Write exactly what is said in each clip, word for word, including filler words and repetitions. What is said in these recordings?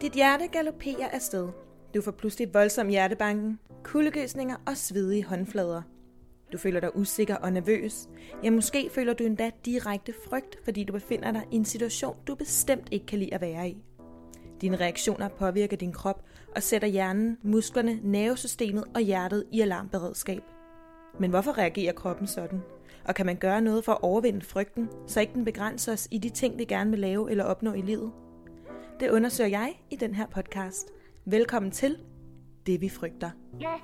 Dit hjerte galopperer afsted. Du får pludselig voldsom hjertebanken, kuldegysninger og svedige håndflader. Du føler dig usikker og nervøs. Ja, måske føler du endda direkte frygt, fordi du befinder dig i en situation, du bestemt ikke kan lide at være i. Dine reaktioner påvirker din krop og sætter hjernen, musklerne, nervesystemet og hjertet i alarmberedskab. Men hvorfor reagerer kroppen sådan? Og kan man gøre noget for at overvinde frygten, så ikke den begrænser os i de ting, vi gerne vil lave eller opnå i livet? Det undersøger jeg i den her podcast. Velkommen til Det vi frygter. Yeah.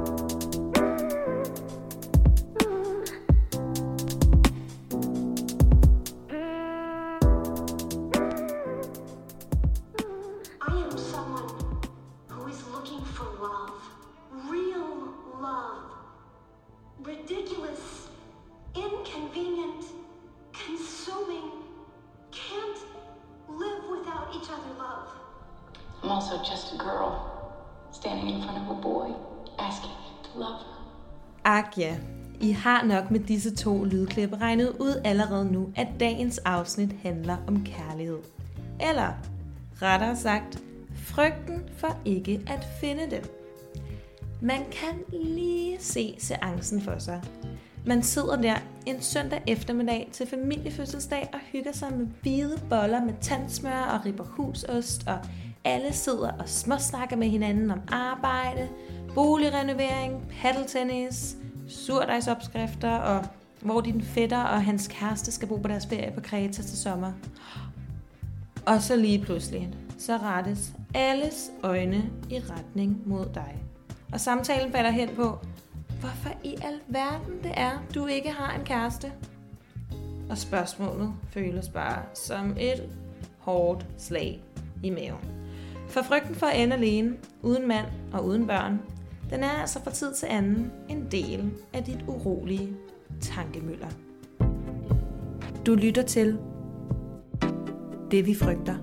Ridiculous, inconvenient, consuming, can't live without each other love. I'm also just a girl, standing in front of a boy, asking him to love her. Ak ja, I har nok med disse to lydklip regnet ud allerede nu, at dagens afsnit handler om kærlighed. Eller, rettere sagt, frygten for ikke at finde den. Man kan lige se seancen for sig. Man sidder der en søndag eftermiddag til familiefødselsdag og hygger sig med hvide boller med tandsmør og ribberhusost, og alle sidder og småsnakker med hinanden om arbejde, boligrenovering, paddeltennis, surdejsopskrifter og hvor din fætter og hans kæreste skal bo på deres ferie på Kreta til sommer. Og så lige pludselig, så rettes alles øjne i retning mod dig. Og samtalen falder hen på, hvorfor i alverden det er, du ikke har en kæreste? Og spørgsmålet føles bare som et hårdt slag i maven. For frygten for at ende alene, uden mand og uden børn, den er altså fra tid til anden en del af dit urolige tankemøller. Du lytter til Det vi frygter.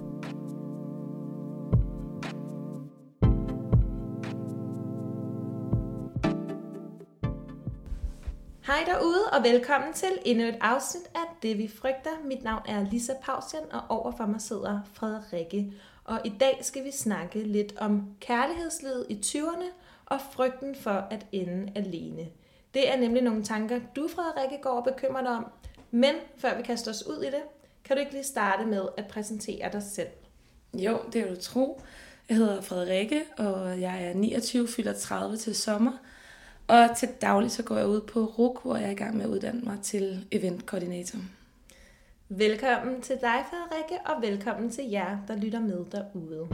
Hej derude, og velkommen til endnu et afsnit af Det vi frygter. Mit navn er Lisa Pausian, og overfor mig sidder Frederikke. Og i dag skal vi snakke lidt om kærlighedslivet i tyverne og frygten for at ende alene. Det er nemlig nogle tanker, du, Frederikke, går og bekymrer dig om. Men før vi kaster os ud i det, kan du ikke lige starte med at præsentere dig selv? Jo, det vil du tro. Jeg hedder Frederikke, og jeg er niogtyve, fylder tredive til sommer. Og til daglig så går jeg ud på R U C, hvor jeg er i gang med at uddanne mig til eventkoordinator. Velkommen til dig, Frederikke, og velkommen til jer, der lytter med derude.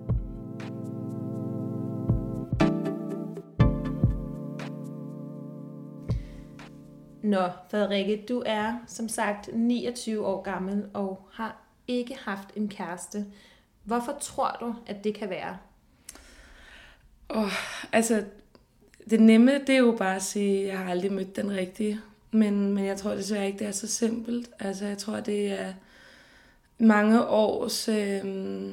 Nå, Frederikke, du er som sagt niogtyve år gammel og har ikke haft en kæreste. Hvorfor tror du, at det kan være? Åh, oh, altså... Det nemme, det er jo bare at sige, at jeg har aldrig mødt den rigtige. Men, men jeg tror desværre ikke, det er så simpelt. Altså, jeg tror, det er mange års... Øh,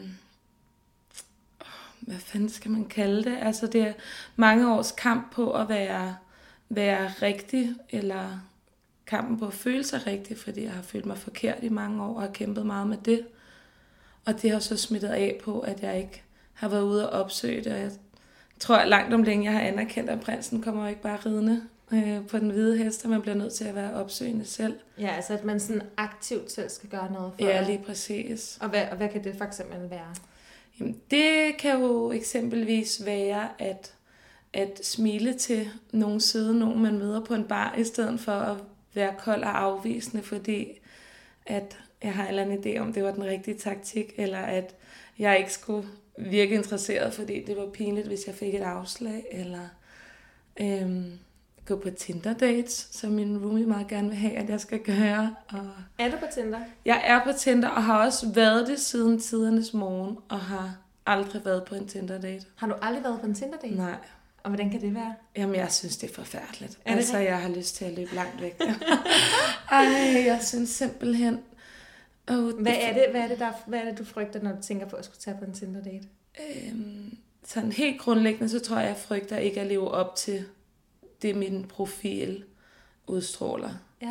hvad fanden skal man kalde det? Altså, det er mange års kamp på at være, være rigtig, eller kampen på at føle sig rigtig, fordi jeg har følt mig forkert i mange år og har kæmpet meget med det. Og det har så smittet af på, at jeg ikke har været ude og opsøge det, og jeg Jeg tror langt om længe, jeg har anerkendt, at prinsen kommer jo ikke bare ridende øh, på den hvide hest, og man bliver nødt til at være opsøgende selv. Ja, altså at man sådan aktivt selv skal gøre noget for Ja, det. lige præcis. Og hvad, og hvad kan det for eksempel være? Jamen, det kan jo eksempelvis være at, at smile til nogen side, nogen man møder på en bar, i stedet for at være kold og afvisende, fordi at jeg har en eller anden idé om, det var den rigtige taktik, eller at jeg ikke skulle virke interesseret, fordi det var pinligt, hvis jeg fik et afslag, eller øhm, gå på Tinder-dates, som min roomie meget gerne vil have, at jeg skal gøre. Og er du på Tinder? Jeg er på Tinder, og har også været det siden tidernes morgen, og har aldrig været på en Tinder-date. Har du aldrig været på en Tinder-date? Nej. Og hvordan kan det være? Jamen, jeg synes, det er forfærdeligt. Er det altså, det? Jeg har lyst til at løbe langt væk. Ej, jeg synes simpelthen... Oh, hvad, er det, hvad, er det, der, hvad er det, du frygter, når du tænker på at skulle tage på en Tinder-date? Øhm, sådan helt grundlæggende, så tror jeg, jeg frygter ikke at leve op til det, min profil udstråler. Ja.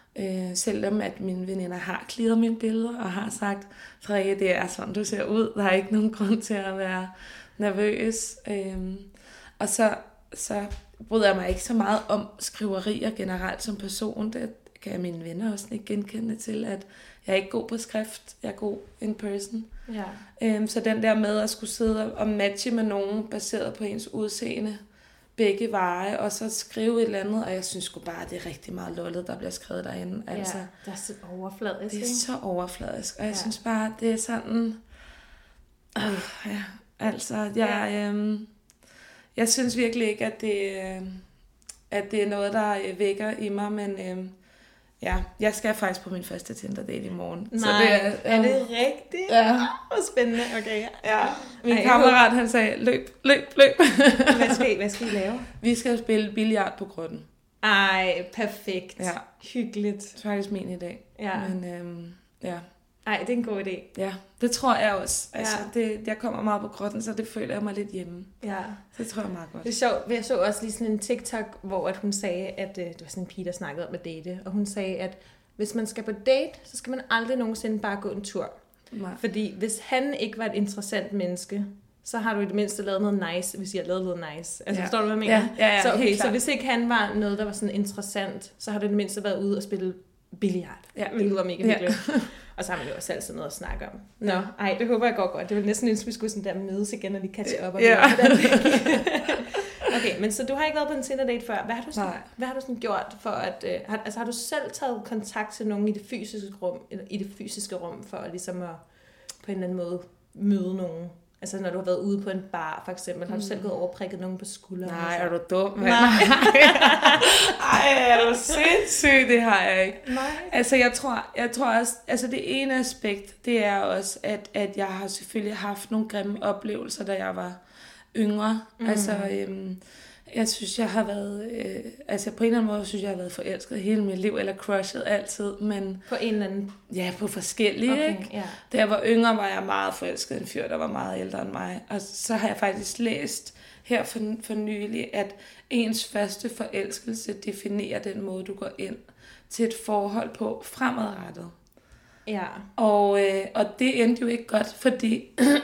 Øh, selvom at mine veninder har clearet mine billeder og har sagt, Frederikke, det er sådan, du ser ud. Der er ikke nogen grund til at være nervøs. Øh, og så, så bryder jeg mig ikke så meget om skriverier generelt som person. Det kan mine venner også ikke genkende til, at jeg er ikke god på skrift. Jeg er god in person. Ja. Øh, så den der med at skulle sidde og matche med nogen baseret på ens udseende, begge veje, og så skrive et eller andet, og jeg synes sgu bare, at det er rigtig meget lollet, der bliver skrevet derinde. Altså, Ja, det er så overfladisk, det er ikke? så overfladisk, og jeg Ja. synes bare, det er sådan... Øh, ja, altså, jeg, Ja. øhm, jeg synes virkelig ikke, at det, øh, at det er noget, der øh, vækker i mig, men øh, ja, jeg skal faktisk på min første Tinder-date i morgen. Nej, så det er, er det rigtigt? Ja. Hvor spændende. Okay, ja. Ja, min Ej, kammerat, han sagde, løb, løb, løb. Hvad skal, I, hvad skal I lave? Vi skal spille billard på grotten. Ej, perfekt. Ja. Hyggeligt. Det er faktisk min idé. Ja. Men øhm, ja. Ej, det er en god idé. ja, det tror jeg også. Altså, Ja. det, jeg kommer meget på grotten, så det føler jeg mig lidt hjemme. Ja. Så det tror jeg er meget godt. Det er sjovt. Jeg så også lige sådan en TikTok, hvor at hun sagde, at øh, det var sådan en pige, der snakkede om at date, og hun sagde, at hvis man skal på date, så skal man aldrig nogensinde bare gå en tur. Nej. Fordi hvis han ikke var et interessant menneske, så har du i det mindste lavet noget nice, hvis I har lavet noget nice. Altså, Ja. forstår du, hvad jeg mener? Ja, ja, ja, så, okay, helt så klart. hvis ikke han var noget, der var sådan interessant, så har du i det mindste været ude og spille billard. Ja. Hvilket var mega Ja. hyggeligt. Og så har man jo også altid noget at snakke om. Nå, ej, det håber jeg går godt. Det vil næsten ønske, vi skulle sådan der mødes igen, og lige catche op. Og Ja. Okay, men så du har ikke været på en Tinder-date før. Hvad har du sådan, Nej. hvad har du sådan gjort for at... Øh, har, altså har du selv taget kontakt til nogen i det fysiske rum, eller i det fysiske rum, for at ligesom at på en eller anden måde møde nogen? Altså når du har været ude på en bar, for eksempel, har du selv gået over og prikket nogen på skulderen? Nej, altså? er du dum, mand? Nej. Ej, er du sindssyg? Det har jeg ikke. Nej. Altså, jeg tror, jeg tror også, altså det ene aspekt, det er også, at, at jeg har selvfølgelig haft nogle grimme oplevelser, da jeg var yngre. Mm. Altså, øhm, jeg synes, jeg har været, øh, altså på en eller anden måde, synes jeg, jeg har været forelsket hele mit liv, eller crushet altid, men På en eller anden... ja, på forskellige, Okay, ikke? ja. Da jeg var yngre, var jeg meget forelsket i en fyr, der var meget ældre end mig. Og så har jeg faktisk læst her for, for nylig, at ens første forelskelse definerer den måde, du går ind til et forhold på fremadrettet. Ja. Og, øh, og det endte jo ikke godt, fordi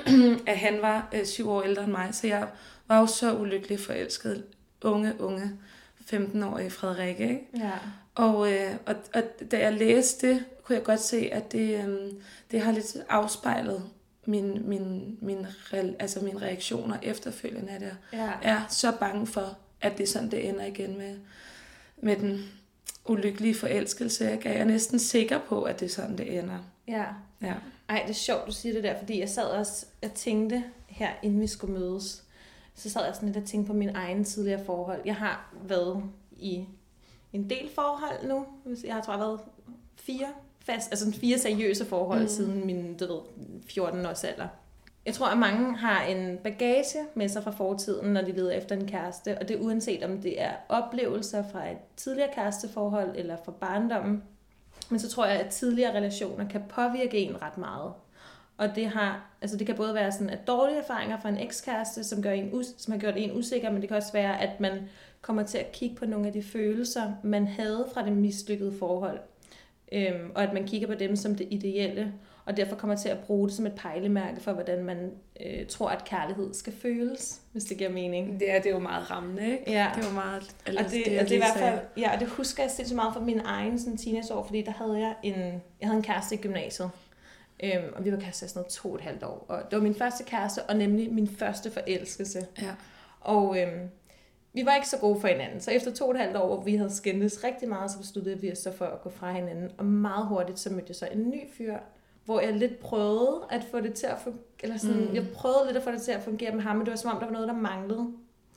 at han var øh, syv år ældre end mig, så jeg var jo så ulykkelig forelsket. Unge, unge, femten-årige Frederikke, ikke? Ja. Og, øh, og, og da jeg læste det, kunne jeg godt se, at det, øh, det har lidt afspejlet min, min, min, altså mine reaktioner efterfølgende, at jeg Ja. er så bange for, at det er sådan, det ender igen med, med den ulykkelige forelskelse. Ikke? Jeg er næsten sikker på, at det er sådan, det ender. Ja. Ja. Ej, det er sjovt, du siger det der, fordi jeg sad også og tænkte her, inden vi skulle mødes, så sad jeg sådan lidt og tænkte på min egen tidligere forhold. Jeg har været i en del forhold nu. Jeg har, tror jeg, været fire fast, altså fire seriøse forhold mm. siden min, du ved, fjorten års alder. Jeg tror, at mange har en bagage med sig fra fortiden, når de leder efter en kæreste, og det er uanset om det er oplevelser fra et tidligere kæresteforhold eller fra barndommen. Men så tror jeg, at tidligere relationer kan påvirke en ret meget. Og det har, altså det kan både være sådan, at dårlige erfaringer fra en ekskæreste, som, gør en us- som har gjort en usikker, men det kan også være, at man kommer til at kigge på nogle af de følelser, man havde fra det mislykkede forhold. Øhm, og at man kigger på dem som det ideelle, og derfor kommer til at bruge det som et pejlemærke for, hvordan man øh, tror, at kærlighed skal føles, hvis det giver mening. Det er, det er jo meget rammende, ikke? Ja. Det er jo meget... Og det, det, jeg og det er i lige hvert sagde. fald, ja, og det husker jeg sindssygt meget fra min egen sådan, teenageår, fordi der havde jeg en, jeg havde en kæreste i gymnasiet, øhm, og vi var kærester i sådan noget to og et halvt år, og det var min første kæreste, og nemlig min første forelskelse. Ja. Og øhm, vi var ikke så gode for hinanden, så efter to og et halvt år, hvor vi havde skændtes rigtig meget, så besluttede vi os så for at gå fra hinanden, og meget hurtigt så mødte jeg så en ny fyr, hvor jeg lidt prøvede at få det til at fungere, eller sådan, mm. jeg prøvede lidt at få det til at fungere med ham, men det var som om, der var noget, der manglede.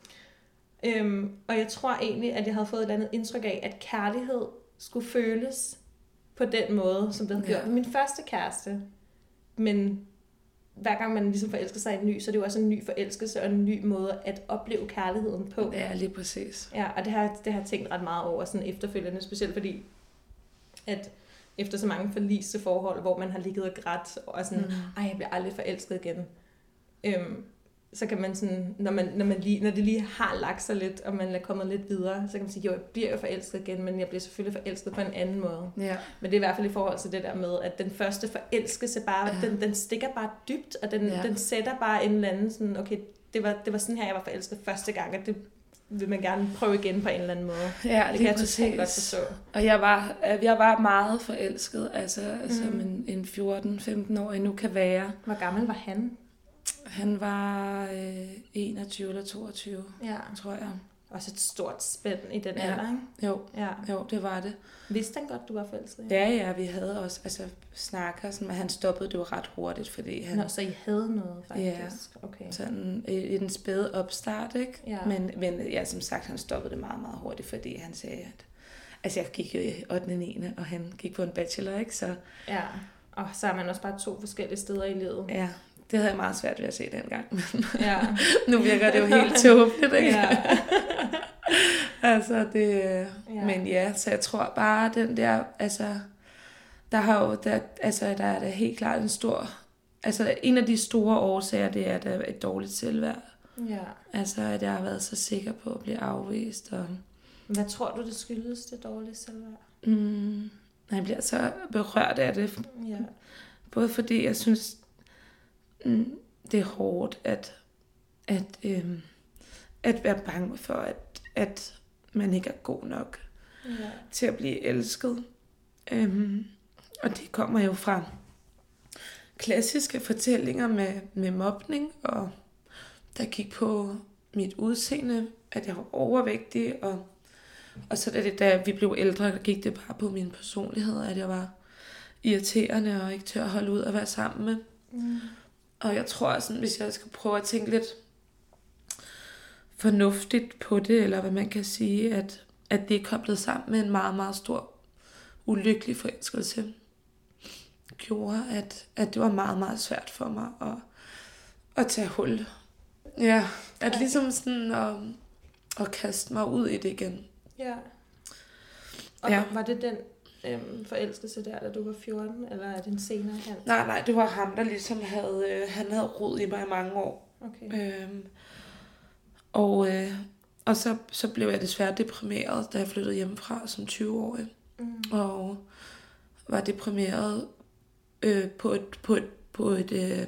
Øhm, og jeg tror egentlig, at jeg havde fået et eller andet indtryk af, at kærlighed skulle føles på den måde, som det havde gjort med min første kæreste. Men hver gang man ligesom forelsker sig i en ny, så er det jo også en ny forelskelse og en ny måde at opleve kærligheden på. Ja, lige præcis. Ja, og det har, det har jeg tænkt ret meget over sådan efterfølgende, specielt fordi, at efter så mange forliste forhold, hvor man har ligget og grædt, og sådan, mm. ej, jeg bliver aldrig forelsket igen. Øhm, så kan man sådan, når, man, når, man lige, når det lige har lagt sig lidt, og man er kommet lidt videre, så kan man sige, jo, jeg bliver jo forelsket igen, men jeg bliver selvfølgelig forelsket på en anden måde. Ja. Men det er i hvert fald i forhold til det der med, at den første forelskelse bare, ja. den, den stikker bare dybt, og den, ja. den sætter bare en eller anden sådan, okay, det var, det var sådan her, jeg var forelsket første gang, og det vil man gerne prøve igen på en eller anden måde. Ja, det kan jeg totalt godt forstå. Og jeg var, jeg var meget forelsket, altså, mm. som en, en fjorten femten-årig nu kan være. Hvor gammel var han? Han var øh, enogtyve eller toogtyve, ja. tror jeg. Også et stort spænd i den ja. alder, ikke? Jo, ja. jo, det var det. Vidste han godt, du var forelsket? Ja, ja, vi havde også altså, snakker, sådan, men han stoppede det jo ret hurtigt, fordi han... Nå, så I havde noget, faktisk? Ja, okay. sådan i, i den spæde opstart, ikke? Ja. Men, men ja, som sagt, han stoppede det meget, meget hurtigt, fordi han sagde, at... Altså, jeg gik jo i ottende niende og han gik på en bachelor, ikke? Så... Ja, og så er man også bare to forskellige steder i livet. Ja, det havde jeg meget svært ved at se dengang. Ja. Nu virker det jo helt tåbeligt, ikke? Ja. altså, det... Ja. Men ja, så jeg tror bare, den der... Altså, der har jo... Der, altså, der er der helt klart en stor... Altså, en af de store årsager, det er, at der er et dårligt selvværd. Ja. Altså, at jeg har været så sikker på at blive afvist. Og... Hvad tror du, det skyldes, det dårlige selvværd? Mm, jeg bliver så berørt af det. Ja. Både fordi, jeg synes... Mm, det er hårdt at, at, øhm, at være bange for, at, at man ikke er god nok ja. til at blive elsket. Øhm, og det kommer jo fra klassiske fortællinger med, med mobning, og der gik på mit udseende, at jeg var overvægtig, og, og så da, det, da vi blev ældre, gik det bare på min personlighed, at jeg var irriterende og ikke til at holde ud og være sammen med. Mm. Og jeg tror, sådan, hvis jeg skal prøve at tænke lidt fornuftigt på det, eller hvad man kan sige, at, at det er koblet sammen med en meget, meget stor ulykkelig forelskelse, gjorde, at, at det var meget, meget svært for mig at, at tage hul. Ja, at ligesom sådan at, at kaste mig ud i det igen. Ja. Og ja. Var det den øhm, forelskelse der, da du var fjorten, eller er det en senere hen? Nej, nej, det var ham, der ligesom havde, øh, han havde rod i mig i mange år. Okay. Øhm, og øh, og så, så blev jeg desværre deprimeret, da jeg flyttede hjemmefra som tyve-årig. Mm. Og var deprimeret øh, på et, på et, på et øh,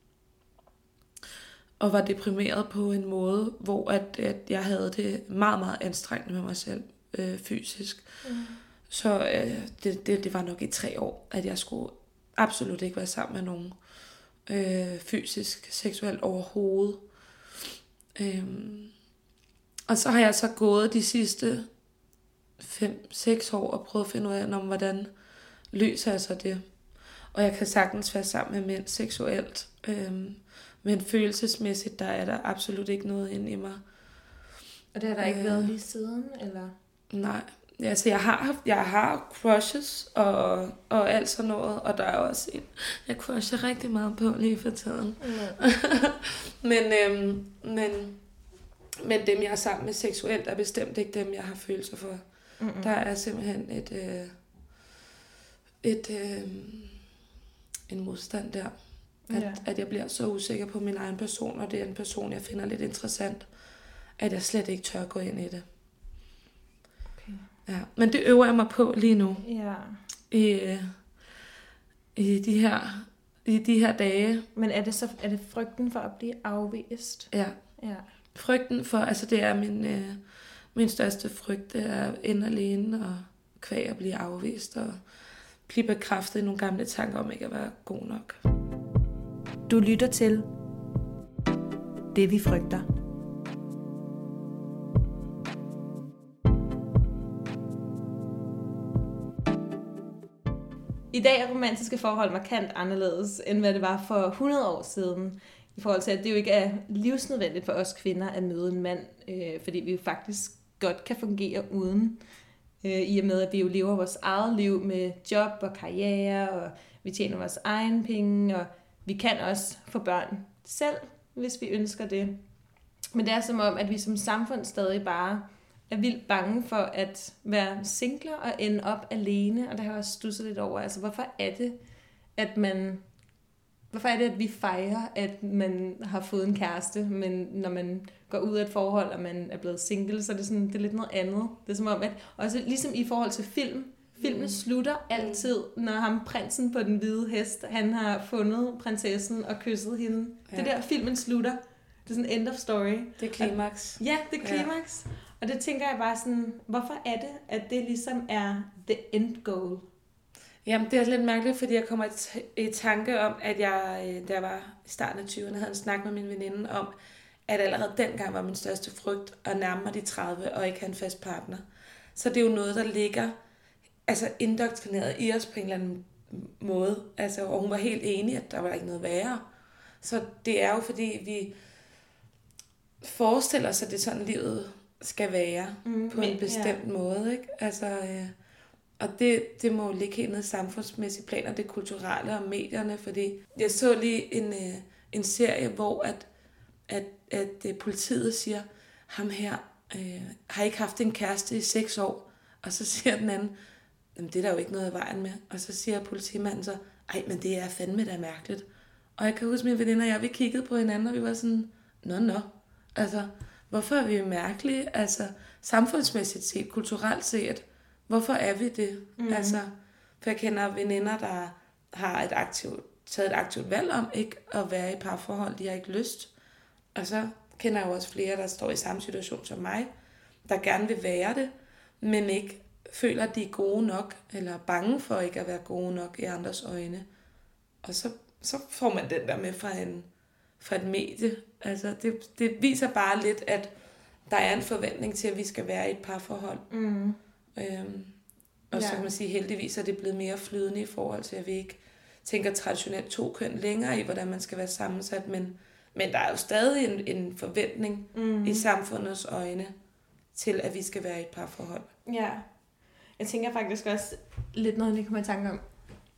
og var deprimeret på en måde, hvor at, at jeg havde det meget, meget anstrengende med mig selv øh, fysisk. Mm. Så øh, det, det, det var nok i tre år, at jeg skulle absolut ikke være sammen med nogen øh, fysisk, seksuelt overhovedet. Øhm, og så har jeg så gået de sidste fem seks år og prøvet at finde ud af, om hvordan løser jeg så det. Og jeg kan sagtens være sammen med mænd seksuelt, øhm, men følelsesmæssigt, der er der absolut ikke noget inde i mig. Og det har der ikke øh, været lige siden, eller? Nej, altså jeg har haft, jeg har crushes og, og alt sådan noget, og der er også en, jeg crusher rigtig meget på lige for tiden. Mm. men, øhm, men, men dem, jeg er sammen med seksuelt, er bestemt ikke dem, jeg har følelser for. Mm-mm. Der er simpelthen et, øh, et øh, en modstand der. At, ja. at jeg bliver så usikker på min egen person, og det er en person, jeg finder lidt interessant, at jeg slet ikke tør gå ind i det. Okay. Ja, men det øver jeg mig på lige nu. Ja. I, i, de her, I de her dage. Men er det så er det frygten for at blive afvist? Ja. Ja. Frygten for, altså det er min, øh, min største frygt, det er at ende alene og kvæg at blive afvist og blive bekræftet i nogle gamle tanker om ikke at være god nok. Du lytter til Det vi frygter. I dag er romantiske forhold markant anderledes, end hvad det var for hundrede år siden. I forhold til, at det jo ikke er livsnødvendigt for os kvinder at møde en mand, øh, fordi vi jo faktisk godt kan fungere uden. Øh, I og med, at vi jo lever vores eget liv med job og karriere, og vi tjener vores egen penge, og vi kan også få børn selv, hvis vi ønsker det. Men det er som om, at vi som samfund stadig bare er vildt bange for at være singler og ende op alene. Og det har jeg også stusset lidt over. Altså, hvorfor er det, at man... hvorfor er det, at vi fejrer, at man har fået en kæreste, men når man går ud af et forhold, og man er blevet single, så er det, sådan, det er lidt noget andet. Det er som om, at også ligesom i forhold til film, filmen mm. slutter altid, når ham prinsen på den hvide hest, han har fundet prinsessen og kysset hende. Ja. Det der, filmen slutter. Det er sådan end of story. Det er klimaks. Ja, det er klimaks. Ja. Og det tænker jeg bare sådan, hvorfor er det, at det ligesom er the end goal? Jamen, det er lidt mærkeligt, fordi jeg kommer i tanke om, at jeg, da jeg var i starten af tyverne, havde en snak med min veninde om, at allerede dengang var min største frygt at nærme mig de tredive og ikke have en fast partner. Så det er jo noget, der ligger altså indoktrineret i os på en eller anden måde. Altså, og hun var helt enig, at der var ikke noget værre. Så det er jo fordi, vi forestiller os, at det er sådan, livet skal være mm, på en bestemt ja. måde. Ikke? Altså, øh, og det, det må jo ligge helt ned i samfundsmæssige planer, det kulturelle og medierne, fordi jeg så lige en, øh, en serie, hvor at, at, at, at politiet siger, ham her øh, har ikke haft en kæreste i seks år, og så siger den anden, jamen det er der jo ikke noget i vejen med, og så siger politimanden så, ej, men det er fandme da mærkeligt. Og jeg kan huske, mine veninder og jeg, vi kiggede på hinanden, og vi var sådan, nå, nå, altså, hvorfor er vi mærkelige? Altså, samfundsmæssigt set, kulturelt set, hvorfor er vi det? Mm. Altså, for jeg kender veninder, der har et aktivt, taget et aktivt valg om ikke at være i parforhold, de har ikke lyst. Og så kender jeg jo også flere, der står i samme situation som mig, der gerne vil være det, men ikke føler, at de er gode nok, eller bange for ikke at være gode nok i andres øjne. Og så, så får man den der med fra, en, fra et medie. Altså, det, det viser bare lidt, at der er en forventning til, at vi skal være i et parforhold. Mm. Øhm, og ja. Så kan man sige, heldigvis er det blevet mere flydende i forhold til, at vi ikke tænker traditionelt to køn længere i, hvordan man skal være sammensat, men, men der er jo stadig en, en forventning mm. i samfundets øjne til, at vi skal være i et parforhold. Ja, jeg tænker faktisk også lidt noget, jeg kommer i tanke om.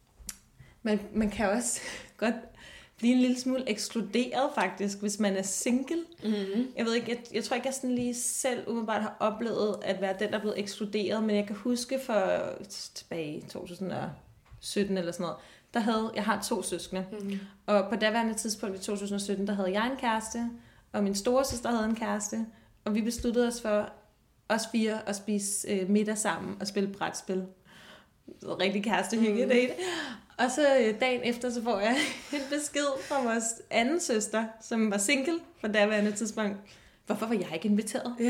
Man, man kan også godt blive en lille smule ekskluderet faktisk, hvis man er single. Mm-hmm. Jeg ved ikke, jeg, jeg tror ikke, jeg sådan lige selv umiddelbart har oplevet at være den, der er blevet ekskluderet, men jeg kan huske for tilbage i to tusind og sytten eller sådan noget, der havde, jeg har to søskende, mm-hmm. og på daværende tidspunkt i to tusind og sytten, der havde jeg en kæreste, og min store søster havde en kæreste, og vi besluttede os for os fire at spise øh, middag sammen og spille brætspil. Det var rigtig kærestehygge, mm. det. Og så øh, dagen efter, så får jeg en besked fra vores anden søster, som var single på daværende tidspunkt. Hvorfor var jeg ikke inviteret? Ja.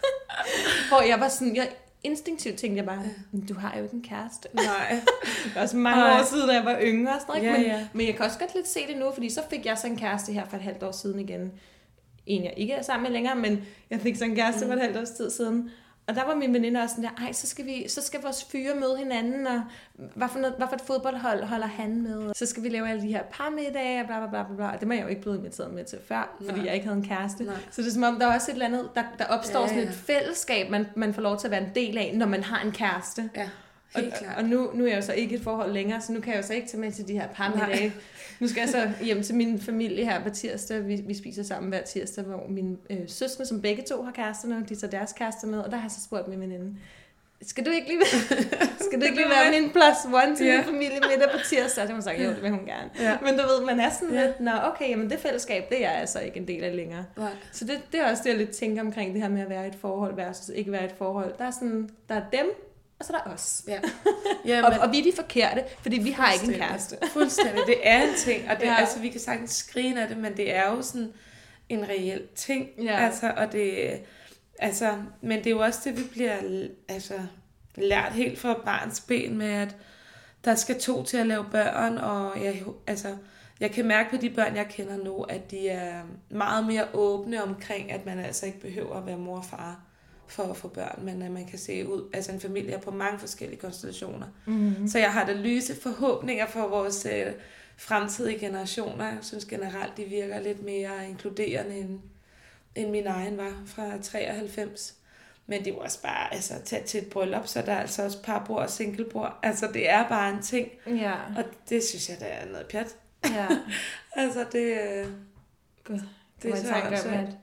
Hvor jeg var sådan, jeg instinktivt tænkte jeg bare, du har jo ikke en kæreste. Nej. Det var også mange Ej. år siden, da jeg var yngre. Sådan, ja, men, ja. men jeg kan også godt lidt se det nu, fordi så fik jeg så en kæreste her for et halvt år siden igen. En, jeg ikke er sammen med længere, men jeg fik så en kæreste mm. for et halvt års tid siden. Og der var min veninde også sådan der, ej, så skal, vi, så skal vores fyre møde hinanden, og hvad for, noget, hvad for et fodboldhold holder han med? Så skal vi lave alle de her parmiddage, og bla bla bla bla bla. Og det var jeg jo ikke blevet inviteret med til før, fordi Nej. jeg ikke havde en kæreste. Nej. Så det er som om, der er også et eller andet, der, der opstår ja, ja. sådan et fællesskab, man, man får lov til at være en del af, når man har en kæreste. Ja. Og, og nu, nu er jeg jo så ikke et forhold længere, så nu kan jeg jo så ikke tage med til de her parmiddage. Nu skal jeg så hjem til min familie her på tirsdag. Vi, vi spiser sammen hver tirsdag, hvor mine øh, søskende, som begge to har kærester med, de tager deres kærester med, og der har jeg så spurgt min veninde, skal du ikke lige være, skal du ikke lige være min plus one til yeah. min familie middag på tirsdag? Og så har hun sagt, jo, det vil hun gerne. Ja. Men du ved, man er sådan yeah. lidt, nå okay, jamen det fællesskab, det er jeg altså ikke en del af længere. Nej. Så det, det er også det, jeg lidt tænker omkring det her med at være i et forhold versus ikke være i et forhold. Der er sådan, der er dem, og så er der os. Ja. Ja, og, og vi er de forkerte, fordi vi har ikke en kæreste. Fuldstændig. Det er en ting, og det, ja. altså, vi kan sagtens skrine af det, men det er jo sådan en reel ting. Ja. Altså, og det, altså, men det er jo også det, vi bliver altså, lært helt fra barns ben med, at der skal to til at lave børn, og jeg, altså, jeg kan mærke på de børn, jeg kender nu, at de er meget mere åbne omkring, at man altså ikke behøver at være mor og far for at få børn, men at man kan se ud, altså en familie er på mange forskellige konstellationer. Mm-hmm. Så jeg har da lyse forhåbninger for vores øh, fremtidige generationer. Jeg synes generelt, de virker lidt mere inkluderende, end, end min egen var fra treoghalvfems. Men det var også bare altså, tæt til et bryllup, så der er altså også parbord og singlebord. Altså det er bare en ting, ja. Og det synes jeg, der er noget pjat. Ja. altså det... Øh, God. Det er så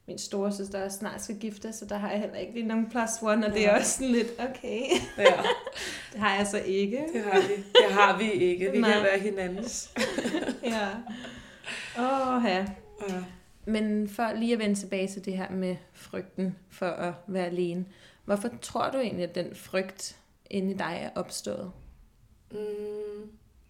min store søster også snart skal gifte, så der har jeg heller ikke lige nogen plus one, og ja. Det er også sådan lidt, okay. Ja. Det har jeg så ikke. Det har vi. Det har vi ikke. Vi Nej. Kan være hinandens. Ja. Åh, ja. Ja. Men for lige at vende tilbage til det her med frygten for at være alene. Hvorfor tror du egentlig, at den frygt inde i dig er opstået? Mm,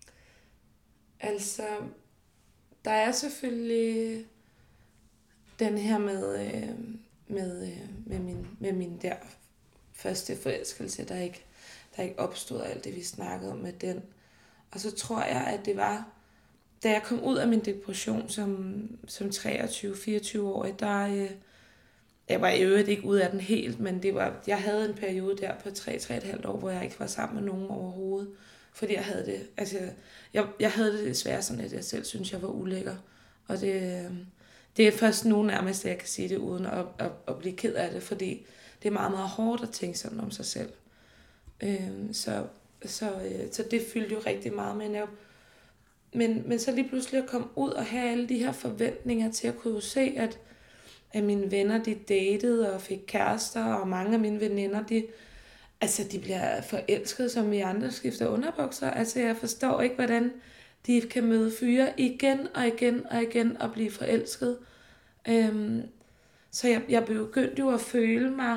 altså, der er selvfølgelig den her med, øh, med, øh, med, min, med min der første forelskelse, der ikke, der ikke opstod alt det, vi snakkede om med den. Og så tror jeg, at det var, da jeg kom ud af min depression som, som treogtyve fireogtyve-årig, der... Øh, jeg var i øvrigt ikke ude af den helt, men det var, jeg havde en periode der på tre til tre komma fem år, hvor jeg ikke var sammen med nogen overhovedet. Fordi jeg havde det, altså, jeg, jeg havde det desværre sådan, at jeg selv synes, jeg var ulækker. Og det, det er først nu nærmest, at jeg kan sige det, uden at, at, at blive ked af det, fordi det er meget, meget hårdt at tænke sådan om sig selv. Øhm, så, så, øh, så det fyldte jo rigtig meget, men, jeg, men, men så lige pludselig at komme ud og have alle de her forventninger til at kunne se, at at mine venner, de datede og fik kærester, og mange af mine veninder, de, altså, de bliver forelskede, som vi andre skifter underbukser. Altså, jeg forstår ikke, hvordan de kan møde fyre igen og igen og igen og blive forelsket. Øhm, så jeg, jeg begyndte jo at føle mig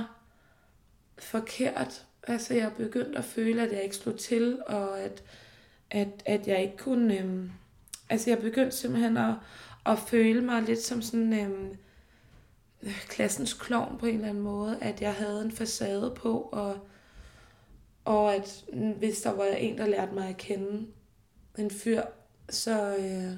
forkert. Altså, jeg begyndte at føle, at jeg ikke slog til, og at, at, at jeg ikke kunne... Øhm, altså, jeg begyndte simpelthen at, at føle mig lidt som sådan... Øhm, klassens klovn på en eller anden måde, at jeg havde en facade på, og, og at hvis der var en, der lærte mig at kende, en fyr, så, øh,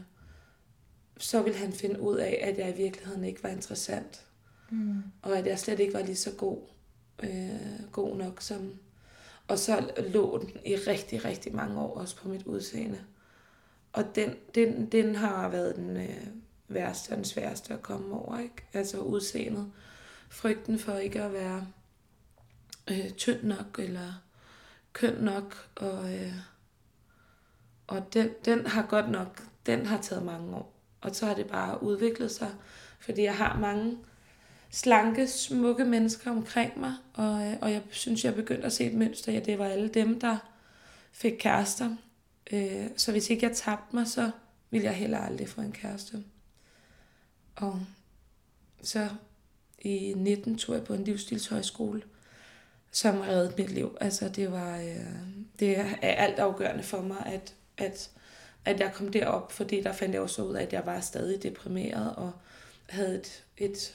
så ville han finde ud af, at jeg i virkeligheden ikke var interessant. Mm. Og at jeg slet ikke var lige så god, øh, god nok som... Og så lå den i rigtig, rigtig mange år også på mit udseende. Og den, den, den har været den... Øh, værste og den sværeste at komme over, ikke? Altså udseendet. Frygten for ikke at være øh, tynd nok, eller køn nok, og, øh, og den, den har godt nok, den har taget mange år. Og så har det bare udviklet sig, fordi jeg har mange slanke, smukke mennesker omkring mig, og, øh, og jeg synes, jeg begyndte at se et mønster, ja, det var alle dem, der fik kærester. Øh, så hvis ikke jeg tabte mig, så ville jeg heller aldrig få en kæreste. Og så i nitten tog jeg på en livsstilshøjskole, som reddede mit liv. Altså det var øh, det er alt afgørende for mig, at, at, at jeg kom derop, fordi der fandt jeg også ud af, at jeg var stadig deprimeret og havde et, et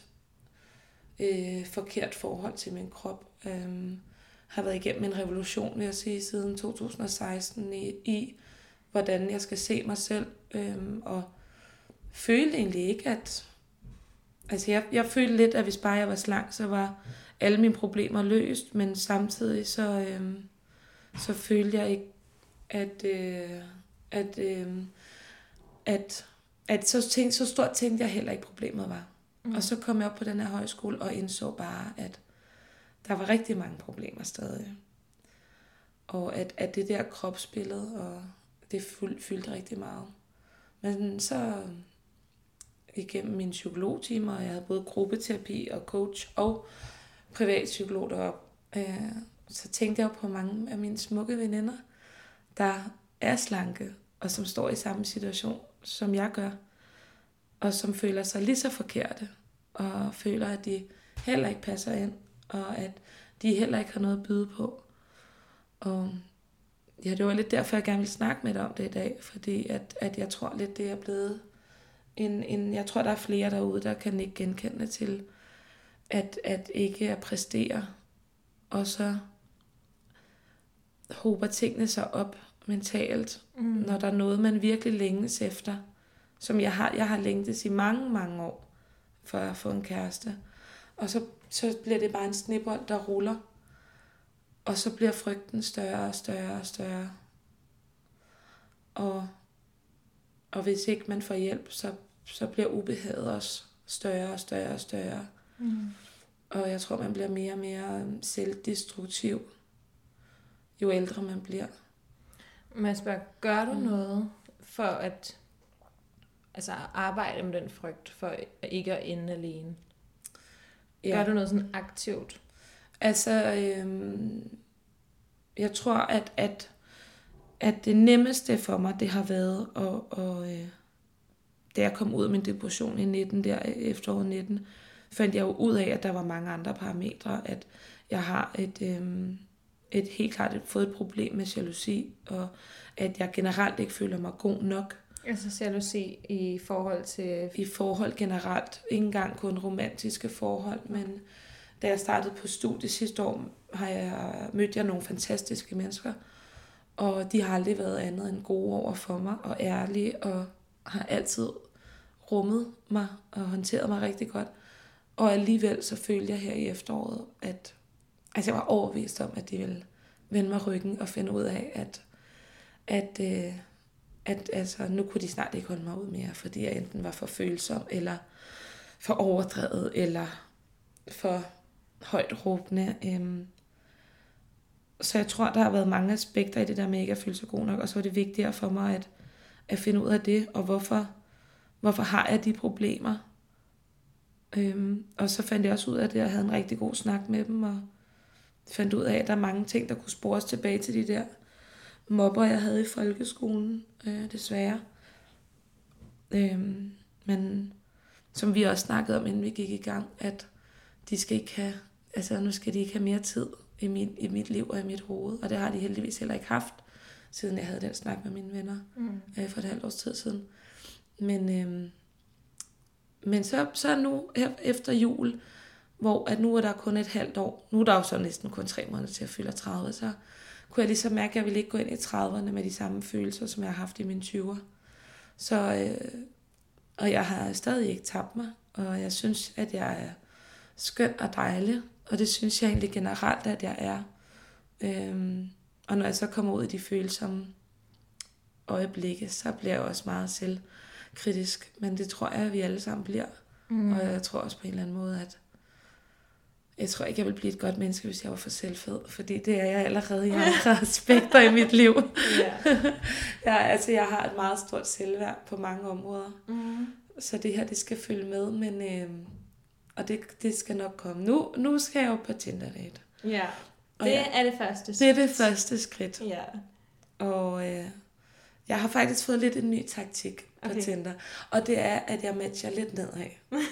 øh, forkert forhold til min krop. Øh, har været igennem en revolution, vil jeg sige, siden to tusind og seksten i, i hvordan jeg skal se mig selv, øh, og følte egentlig ikke, at... Altså, jeg, jeg følte lidt, at hvis bare jeg var slank, så var alle mine problemer løst, men samtidig så, øh, så følte jeg ikke, at... Øh, at, øh, at, at så, tænkte, så stort tænkte jeg heller ikke, problemet var. Mm. Og så kom jeg op på den her højskole og indså bare, at der var rigtig mange problemer stadig. Og at, at det der kropsbillede, og det fyldte rigtig meget. Men så igennem mine psykologtimer, og jeg havde både gruppeterapi og coach og privatpsykolog deroppe, øh, så tænkte jeg på mange af mine smukke veninder, der er slanke, og som står i samme situation, som jeg gør, og som føler sig lige så forkerte, og føler, at de heller ikke passer ind, og at de heller ikke har noget at byde på. Og ja, det var lidt derfor, jeg gerne ville snakke med dig om det i dag, fordi at, at jeg tror lidt, det er blevet en, en... Jeg tror, der er flere derude, der kan ikke genkende til, at, at ikke at præstere, og så hober tingene sig op mentalt, mm. når der er noget, man virkelig længes efter, som jeg har, jeg har længtes i mange, mange år, for at få en kæreste. Og så, så bliver det bare en snebold, der ruller, og så bliver frygten større og større og større. Og, og hvis ikke man får hjælp, så, så bliver ubehaget også større og større og større. Mm. Og jeg tror, man bliver mere og mere selvdestruktiv, jo ældre man bliver. Men jeg spørger, gør du mm. noget for at altså arbejde med den frygt, for ikke at ende alene? Ja. Gør du noget sådan aktivt? Altså, øhm, jeg tror, at, at, at det nemmeste for mig, det har været, at, og, øh, da jeg kom ud af min depression i nitten, der efteråret nitten, fandt jeg jo ud af, at der var mange andre parametre, at jeg har et, øhm, et helt klart et, fået et problem med jalousi, og at jeg generelt ikke føler mig god nok. Altså jalousi i forhold til... I forhold generelt. Ikke engang kun romantiske forhold, men da jeg startede på studie sidste år, har jeg mødt jeg nogle fantastiske mennesker, og de har aldrig været andet end gode over for mig, og ærlige, og har altid rummet mig, og håndteret mig rigtig godt. Og alligevel så følte jeg her i efteråret, at altså jeg var overbevist om, at de ville vende mig ryggen og finde ud af, at, at, øh, at altså, nu kunne de snart ikke holde mig ud mere, fordi jeg enten var for følsom, eller for overdrevet, eller for højt råbende. Øhm. Så jeg tror, der har været mange aspekter i det der med ikke at føle sig god nok, og så var det vigtigere for mig at, at finde ud af det, og hvorfor, hvorfor har jeg de problemer. Øhm. Og så fandt jeg også ud af det, og jeg havde en rigtig god snak med dem, og fandt ud af, at der er mange ting, der kunne spores tilbage til de der mobber, jeg havde i folkeskolen, øh, desværre. Øhm, men som vi også snakkede om, inden vi gik i gang, at de skal ikke have, altså nu skal de ikke have mere tid i mit, i mit liv og i mit hoved, og det har de heldigvis heller ikke haft, siden jeg havde den snak med mine venner mm. øh, for et halvt års tid siden. Men, øhm, men så, så nu, efter jul, hvor at nu er der kun et halvt år, nu er der jo så næsten kun tre måneder til at fylde tredive, så kunne jeg ligesom mærke, at jeg ville ikke gå ind i trediverne med de samme følelser, som jeg har haft i mine tyvere. Så, øh, og jeg har stadig ikke tabt mig, og jeg synes, at jeg er skøn og dejlig, og det synes jeg egentlig generelt, at jeg er. Øhm, og når jeg så kommer ud i de følsomme øjeblikke, så bliver jeg også meget selvkritisk, men det tror jeg, at vi alle sammen bliver. Mm. Og jeg tror også på en eller anden måde, at jeg tror ikke, jeg vil blive et godt menneske, hvis jeg var for selvfed, fordi det er jeg allerede i andre aspekter i mit liv. Yeah. ja, altså, jeg har et meget stort selvværd på mange områder, mm. så det her, det skal følge med, men, øh, og det, det skal nok komme. Nu, nu skal jeg jo på Tinder-date. Ja, det ja, er det første skridt. Det er det første skridt. Ja. Og øh, jeg har faktisk fået lidt en ny taktik på okay. Tinder, og det er, at jeg matcher lidt nedad.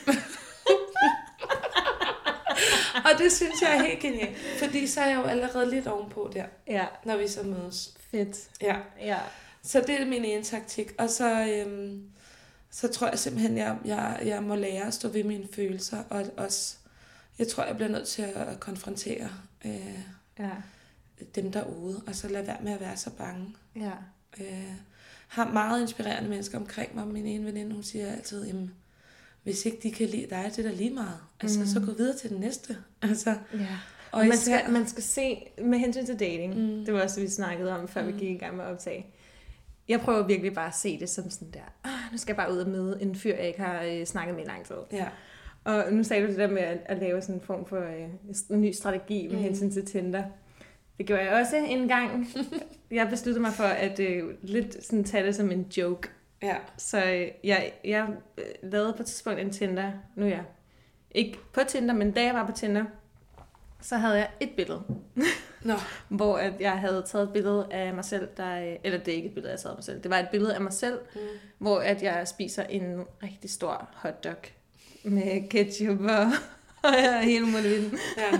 Og det synes jeg er helt genialt, fordi så er jeg jo allerede lidt ovenpå der, ja. Når vi så mødes. Fedt. Ja. ja. Så det er min ene taktik. Og så, øhm, så tror jeg simpelthen, jeg, jeg, jeg må lære at stå ved mine følelser, og også, jeg tror, jeg bliver nødt til at konfrontere øh, ja. dem derude, og så lade være med at være så bange. Ja. Øh, har meget inspirerende mennesker omkring mig. Min ene veninde, hun siger altid, jamen, hvis ikke de kan lide dig, det er da lige meget. Altså, mm. så gå videre til den næste. Altså, ja. Og man skal, man skal se, med hensyn til dating, mm. det var også, vi snakkede om, før mm. vi gik i gang med at optage. Jeg prøver virkelig bare at se det som sådan der, ah, nu skal jeg bare ud og møde en fyr, jeg ikke har øh, snakket med i lang tid. Ja. Og nu sagde du det der med at, at lave sådan en form for øh, en ny strategi med mm. hensyn til Tinder. Det gjorde jeg også en gang. Jeg besluttede mig for at øh, lidt sådan tage det som en joke. Ja. Så jeg, jeg lavede på et tidspunkt en Tinder, nu er jeg ikke på Tinder, men da jeg var på Tinder, så havde jeg et billede, Nå. hvor at jeg havde taget et billede af mig selv, der, eller det er ikke et billede, jeg havde taget af mig selv, det var et billede af mig selv, mm. hvor at jeg spiser en rigtig stor hotdog med ketchup og, og hele muligheden. Ja.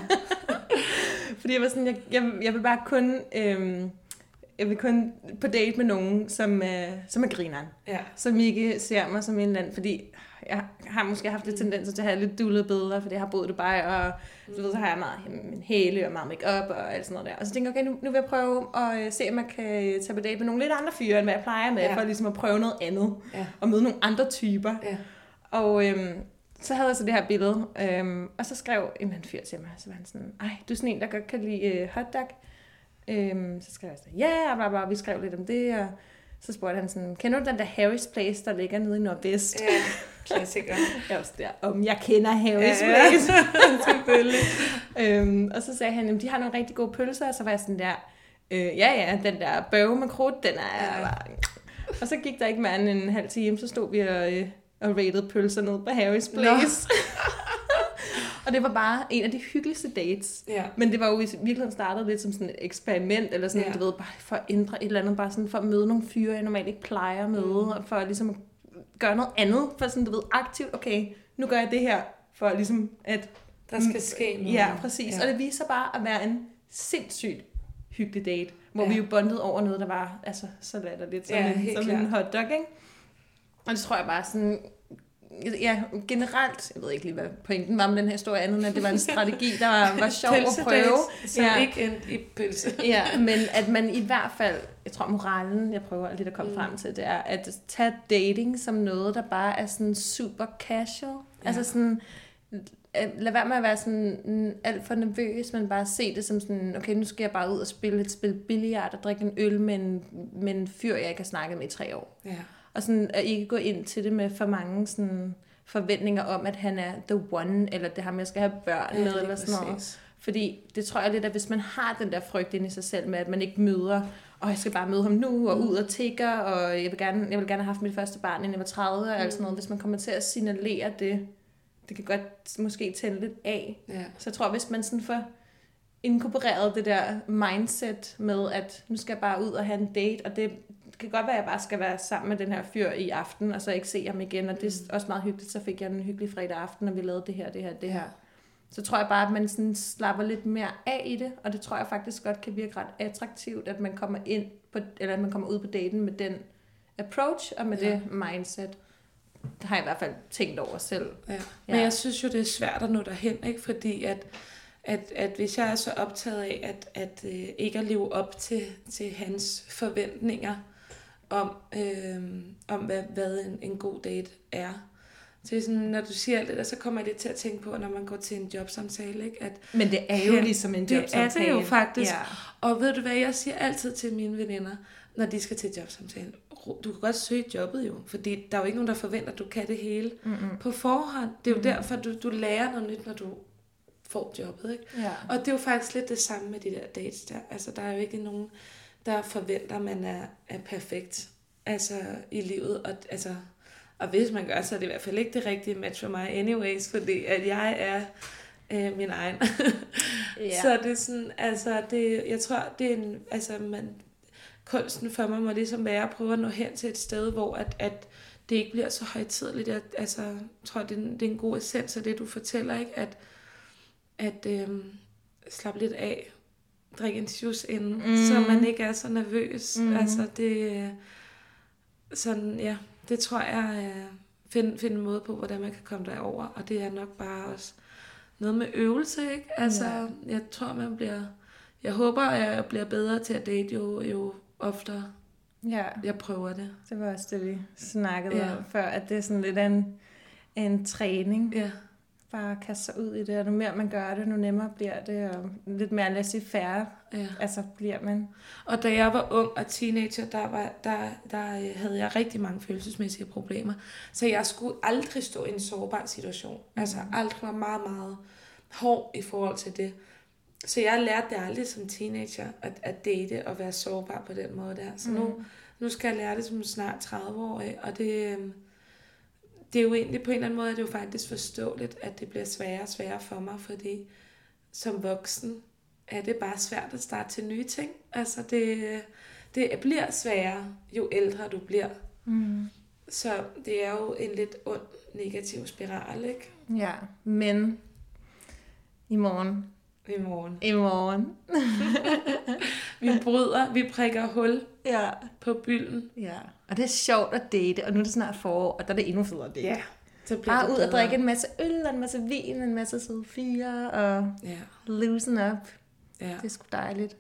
Fordi jeg var sådan, jeg, jeg, jeg vil bare kun... Øhm, Jeg vil kun på date med nogen, som, øh, som er grineren. Ja. Som ikke ser mig som en eller anden, fordi jeg har måske haft lidt tendenser til at have lidt dullede billeder, fordi jeg har boet i Dubai, og du ved, så har jeg meget min hæle og meget make-up og alt sådan noget der. Og så tænker jeg, okay, nu, nu vil jeg prøve at se, om jeg kan tage på date med nogle lidt andre fyre, end hvad jeg plejer med, ja. For ligesom at prøve noget andet, ja. Og møde nogle andre typer. Ja. Og øhm, så havde jeg så det her billede, øhm, og så skrev en anden fyr til mig, så var han sådan, ej, du er sådan en, der godt kan lide øh, hotdog. Øhm, så skrev jeg sådan, ja, bla, bla, vi skrev lidt om det, og så spurgte han sådan, kender du den der Harry's Place, der ligger nede i Nordvest? Ja, klassiker. Jeg var der, om jeg kender Harry's ja, Place, ja. Selvfølgelig. øhm, og så sagde han, de har nogle rigtig gode pølser, og så var jeg sådan der, øh, ja, ja, den der bøve med krudt, den er ja. Bare... Og så gik der ikke mere end en halv time, så stod vi og, øh, og rated pølser ned på Harry's Place. Og det var bare en af de hyggeligste dates. Ja. Men det var jo i virkeligheden startet lidt som sådan et eksperiment, eller sådan, Ja. du ved, bare for at ændre et eller andet, bare sådan for at møde nogle fyre, jeg normalt ikke plejer at møde, mm. og for at ligesom gøre noget andet, for sådan, du ved, aktivt, okay, nu gør jeg det her, for ligesom at... Der skal ske noget. Ja, præcis. Ja. Og det viser bare at være en sindssygt hyggelig date, hvor Ja. vi jo bondede over noget, der var altså så latterligt, som, Ja, en, helt som klart. en hotdog, ikke? Og det tror jeg bare sådan... Ja, generelt, jeg ved ikke lige, hvad pointen var med den her historie, andet end at det var en strategi, der var, var sjov at prøve. Som Ja. ikke endte i pølse. Ja, men at man i hvert fald, jeg tror moralen, jeg prøver lidt at komme Mm. frem til, det er at tage dating som noget, der bare er sådan super casual. Ja. Altså sådan, lad være med at være sådan alt for nervøs, men bare se det som sådan, okay, nu skal jeg bare ud og spille et spil billiard og drikke en øl med en, med en fyr, jeg ikke har snakket med i tre år. Ja. Og sådan at ikke gå ind til det med for mange sådan forventninger om, at han er the one, eller det ham, jeg skal have børn Ja, med, lige eller sådan noget. præcis. Fordi det tror jeg lidt, at hvis man har den der frygt inde i sig selv med, at man ikke møder, og jeg skal bare møde ham nu, og ud og tigger, og jeg vil gerne, jeg vil gerne have haft mit første barn, inden jeg var tredive, og alt sådan noget. Hvis man kommer til at signalere det, det kan godt måske tænde lidt af. Ja. Så jeg tror, hvis man sådan får inkorporeret det der mindset med, at nu skal jeg bare ud og have en date, og det kan godt være, at jeg bare skal være sammen med den her fyr i aften, og så ikke se ham igen, og det er også meget hyggeligt, så fik jeg en hyggelig fredag aften, og vi lavede det her, det her, det her. Så tror jeg bare, at man sådan slapper lidt mere af i det, og det tror jeg faktisk godt kan virke ret attraktivt, at man kommer ind på, eller at man kommer ud på daten med den approach, og med Ja. det mindset. Det har jeg i hvert fald tænkt over selv. Ja. Ja. Men jeg synes jo, det er svært at nå derhen, ikke? Fordi at, at, at hvis jeg er så optaget af, at, at øh, ikke at leve op til, til hans forventninger om, øh, om hvad, hvad en, en god date er. Så sådan, når du siger alt det der, så kommer jeg lidt til at tænke på, når man går til en jobsamtale, ikke? At Men det er jo Ja, ligesom en det er jobsamtale. det jo faktisk. Ja. Og ved du hvad, jeg siger altid til mine veninder, når de skal til jobsamtale, du kan godt søge jobbet jo, fordi der er jo ikke nogen, der forventer, at du kan det hele Mm-mm. på forhånd. Det er jo derfor, du, du lærer noget nyt, når du får jobbet, ikke? Ja. Og det er jo faktisk lidt det samme med de der dates der. Altså, der er jo ikke nogen, der forventer, at man er, er perfekt altså, i livet. Og, altså, og hvis man gør, så er det i hvert fald ikke det rigtige match for mig anyways, fordi at jeg er øh, min egen. Ja. Så det er sådan, altså, det, jeg tror, det er en, altså, man, kunsten for mig må ligesom være at prøve at nå hen til et sted, hvor at, at det ikke bliver så højtideligt. Jeg, altså, jeg tror, det er, en, det er en god essens af det, du fortæller, ikke? At, at øhm, slappe lidt af, drikke en juice inden, mm. så man ikke er så nervøs. Mm. Altså, det sådan, ja, det tror jeg, øh, finde, finde en måde på, hvordan man kan komme derover, og det er nok bare også noget med øvelse, ikke? Altså, Ja. jeg tror, man bliver, jeg håber, at jeg bliver bedre til at date, jo, jo oftere Ja, jeg prøver det. det var også det, vi snakkede Ja. om før, at det er sådan lidt af en, en træning. Ja, Bare kaste sig ud i det, og nu mere man gør det, nu nemmere bliver det, og lidt mere laissez-faire, ja. altså bliver man. Og da jeg var ung og teenager, der, var, der, der havde jeg rigtig mange følelsesmæssige problemer. Så jeg skulle aldrig stå i en sårbar situation. Mm. Altså aldrig var meget, meget hård i forhold til det. Så jeg lærte det aldrig som teenager, at, at date og være sårbar på den måde der. Så mm. nu, nu skal jeg lære det som snart tredive-årig, og det, det er jo egentlig på en eller anden måde, det er jo faktisk forståeligt, at det bliver sværere og sværere for mig, fordi som voksen er det bare svært at starte til nye ting. Altså det, det bliver sværere, jo ældre du bliver. Mm. Så det er jo en lidt ond negativ spiral, ikke? Ja, men i morgen, I morgen. i morgen, Vi bryder, vi prikker hul ja, på bylden. ja, og det er sjovt at date, og nu er det snart forår, og der er det endnu federe at date. Ja, så bliver Bare det ud bedre. og drikke en masse øl, og en masse vin, en masse søde fyre, og Ja, loosen up. ja, Det er sgu dejligt.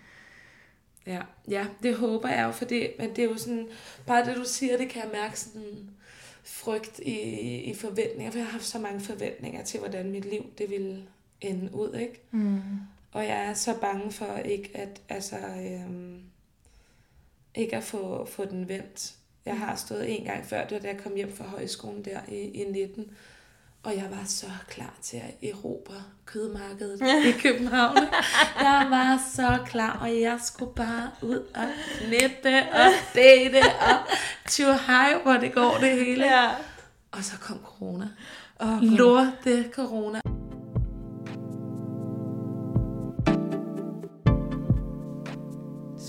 ja, ja, det håber jeg jo, for det, men det er jo sådan, bare det du siger, det kan jeg mærke sådan frygt i, i forventninger, for jeg har haft så mange forventninger til, hvordan mit liv, det ville ende ud, ikke? Mm. Og jeg er så bange for ikke at, altså, øhm, ikke at få, få den vendt. Jeg har stået en gang før, det var da jeg kom hjem fra højskolen der i, i nitten, og jeg var så klar til at erobre kødmarkedet i København. Jeg var så klar, og jeg skulle bare ud og knippe og date og tjuhej, hvor det går det hele. Ja. Og så kom corona. Oh, Lorte corona.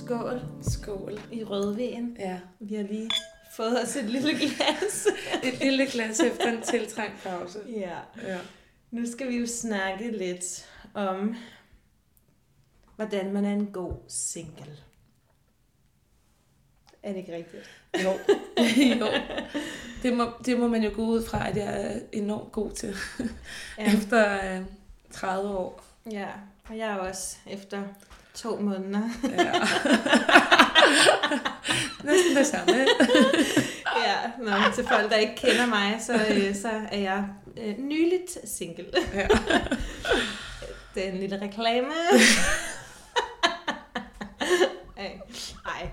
Skål. Skål. I rødvin. Ja. Vi har lige fået os et lille glas. Et lille glas efter en tiltrængt pause. Ja. Ja. Nu skal vi jo snakke lidt om, hvordan man er en god single. Er det ikke rigtigt? Jo. jo. Det må, det må man jo gå ud fra, at jeg er enormt god til. Ja. Efter øh, tredive år. Ja, og jeg er også efter to måneder. Ja. Næsten det samme. Ja, nå, til folk, der ikke kender mig, så, øh, så er jeg øh, nyligt single. Ja. Det er en lille reklame. Ej. Ej.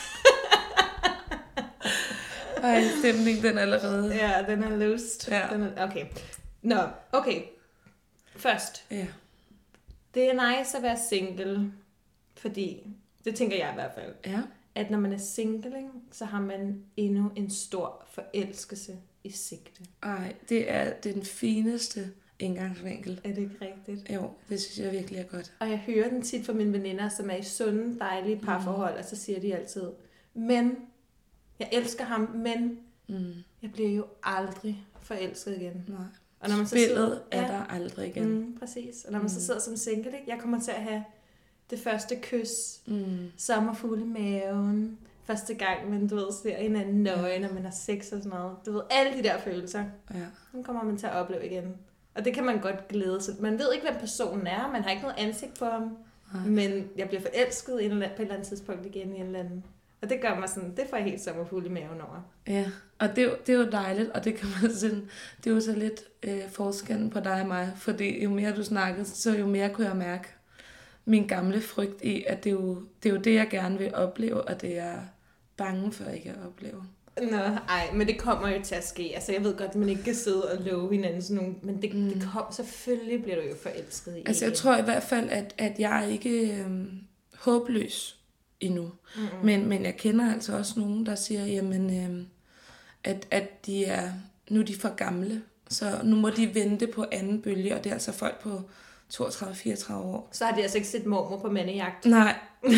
Ej, stemningen den er allerede. Ja, den er løst. Ja. Den er, okay. Nå, okay. Først. Ja. Det er nice at være single, fordi, det tænker jeg i hvert fald, Ja. at når man er single, ikke, så har man endnu en stor forelskelse i sigte. Ej, det er den fineste indgangsvinkel. Er det ikke rigtigt? Jo, det synes jeg virkelig er godt. Og jeg hører den tit fra mine veninder, som er i sunde, dejlige parforhold, mm. og så siger de altid, men, jeg elsker ham, men Mm. jeg bliver jo aldrig forelsket igen. Nej. Og når man så Spillet sidder, er ja, der aldrig igen. mm, præcis. Og når man mm. så sidder som single, ikke? Jeg kommer til at have det første kys, Mm. sommerfugle i maven, første gang, man du ved, ser hinanden nøje, når man har sex og sådan noget. Du ved, alle de der følelser, Ja. dem kommer man til at opleve igen. Og det kan man godt glæde sig. Man ved ikke, hvem personen er, man har ikke noget ansigt på ham, Nej. men jeg bliver forelsket på et eller andet tidspunkt igen i en eller anden. Og det gør mig sådan, det får jeg helt sommerfugle i maven over. Ja, og det er, jo, det er jo dejligt, og det kan man sådan, det er jo så lidt øh, forskellen på dig og mig, fordi jo mere du snakkede, så jo mere kunne jeg mærke min gamle frygt i, at det er jo det, er jo det jeg gerne vil opleve, og det er jeg bange for ikke at opleve. Nå, ej, men det kommer jo til at ske. Altså, jeg ved godt, at man ikke kan sidde og love hinanden sådan nogle, men det, mm. det kom, selvfølgelig bliver du jo forelsket i. Altså, jeg tror i hvert fald, at, at jeg er ikke øh, håbløs endnu. Mm-hmm. Men, men jeg kender altså også nogen, der siger, jamen, øh, at, at de er, nu er de for gamle, så nu må de vente på anden bølge, og det er altså folk på toogtredive til fireogtredive år. Så har de altså ikke set mormor på mandejagt. Nej.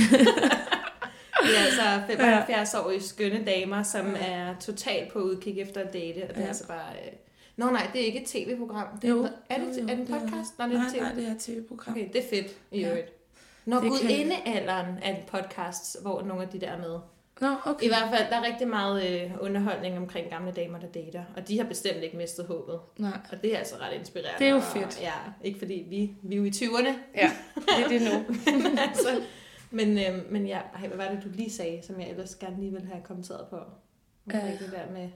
Det er altså femoghalvfjerds-årige skønne damer, som er totalt på udkig efter at date, og det er Ja. altså bare... Øh... Nå nej, det er ikke et tv-program. Det er, Jo. er, det, Jo, jo, er det en det er- podcast? Nå, det er Nej, et T V. nej, det er et tv-program. Okay, det er fedt i Ja. øvrigt. Når Det kan- Gudindealderen er en podcast, hvor nogle af de der er med. Nå, okay. I hvert fald, der er rigtig meget øh, underholdning omkring gamle damer, der dater. Og de har bestemt ikke mistet håbet. Nej. Og det er altså ret inspirerende. Det er jo og- fedt. Ja, ikke fordi vi, vi er jo i tyverne. Ja, det er det nu. altså, men, øh, men ja, ej, hvad var det, du lige sagde, som jeg ellers gerne lige ville have kommenteret på? Omkring Øh. det der med...